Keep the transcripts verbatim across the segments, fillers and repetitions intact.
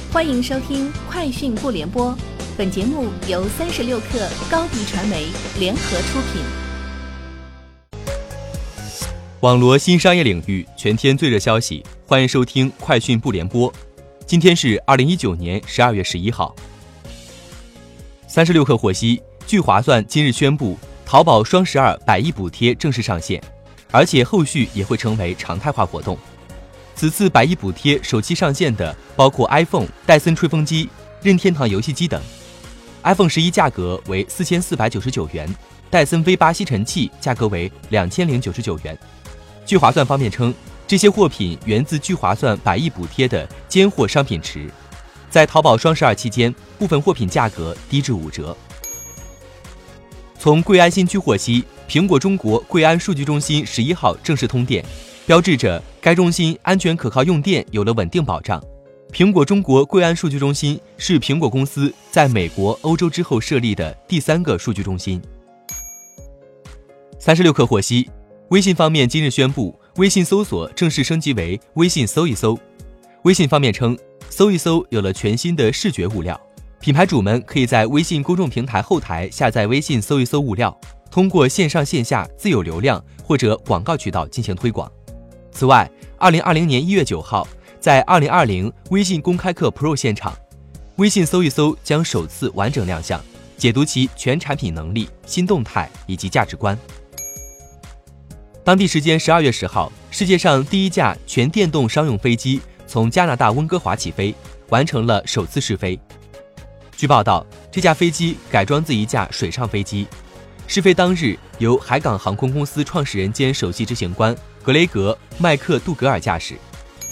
欢迎收听快讯不联播，本节目由三十六克高迪传媒联合出品。 网罗新商业领域全天最热消息，欢迎收听快讯不联播。今天是二零一九年十二月十一号。三十六克获悉，聚划算今日宣布，淘宝双十二百亿补贴正式上线，而且后续也会成为常态化活动。此次百亿补贴首期上线的包括 iPhone、戴森吹风机、任天堂游戏机等。iPhone 十一价格为四千四百九十九元，戴森 V 八吸尘器价格为两千零九十九元。聚划算方面称，这些货品源自聚划算百亿补贴的尖货商品池，在淘宝双十二期间，部分货品价格低至五折。从贵安新区获悉，苹果中国贵安数据中心十一号正式通电，标志着该中心安全可靠用电有了稳定保障。苹果中国贵安数据中心是苹果公司在美国、欧洲之后设立的第三个数据中心。三十六克获悉，微信方面今日宣布，微信搜索正式升级为微信搜一搜。微信方面称，搜一搜有了全新的视觉物料，品牌主们可以在微信公众平台后台下载微信搜一搜物料，通过线上线下自有流量或者广告渠道进行推广。此外，二零二零年一月九号，在二零二零微信公开课 Pro 现场，微信搜一搜将首次完整亮相，解读其全产品能力、新动态以及价值观。当地时间十二月十号，世界上第一架全电动商用飞机从加拿大温哥华起飞，完成了首次试飞。据报道，这架飞机改装自一架水上飞机。试飞当日，由海港航空公司创始人兼首席执行官格雷格·麦克杜格尔驾驶。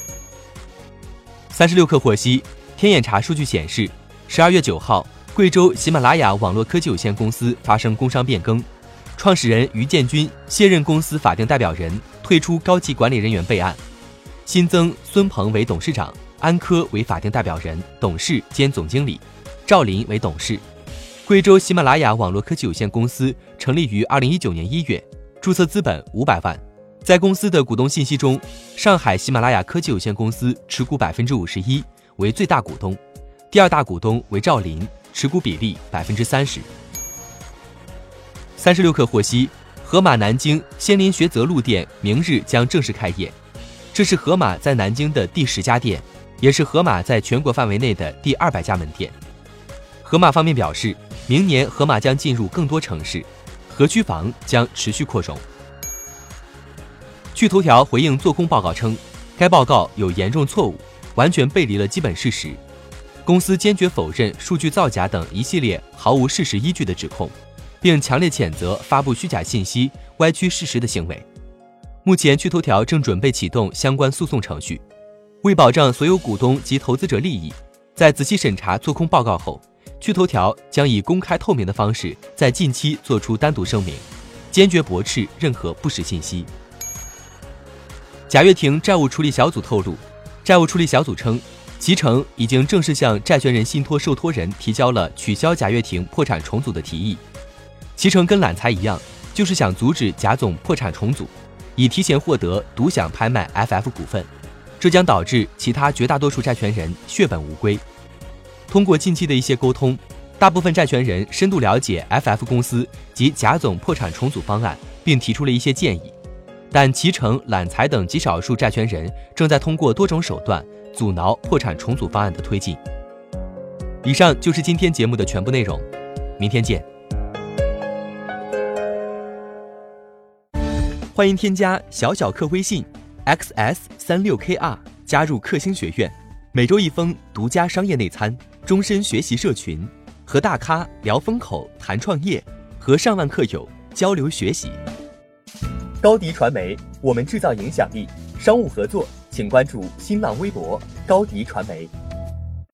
三十六克获悉，天眼查数据显示，十二月九号，贵州喜马拉雅网络科技有限公司发生工商变更，创始人于建军卸任公司法定代表人，退出高级管理人员备案，新增孙鹏为董事长，安科为法定代表人、董事兼总经理，赵林为董事。贵州喜马拉雅网络科技有限公司成立于二零一九年一月，注册资本五百万。在公司的股东信息中，上海喜马拉雅科技有限公司持股百分之五十一，为最大股东，第二大股东为赵林，持股比例百分之三十。三十六克获悉，盒马南京仙林学泽路店明日将正式开业，这是盒马在南京的第十家店，也是盒马在全国范围内的第二百家门店。盒马方面表示，明年盒马将进入更多城市，合区房将持续扩容。趣头条回应做空报告称，该报告有严重错误，完全背离了基本事实。公司坚决否认数据造假等一系列毫无事实依据的指控，并强烈谴责发布虚假信息、歪曲事实的行为。目前趣头条正准备启动相关诉讼程序。为保障所有股东及投资者利益，在仔细审查做空报告后，趣头条将以公开透明的方式在近期做出单独声明，坚决驳斥任何不实信息。贾跃亭债务处理小组透露，债务处理小组称，集成已经正式向债权人信托受托人提交了取消贾跃亭破产重组的提议。集成跟揽财一样，就是想阻止贾总破产重组，以提前获得独享拍卖 F F 股份，这将导致其他绝大多数债权人血本无归。通过近期的一些沟通，大部分债权人深度了解 F F 公司及贾总破产重组方案，并提出了一些建议。但集成、揽财等极少数债权人正在通过多种手段阻挠破产重组方案的推进。以上就是今天节目的全部内容，明天见。欢迎添加小小客微信 X S 三六 K R 加入克星学院，每周一封独家商业内参，终身学习社群，和大咖聊风口、谈创业，和上万客友交流学习。高迪传媒，我们制造影响力。商务合作，请关注新浪微博高迪传媒。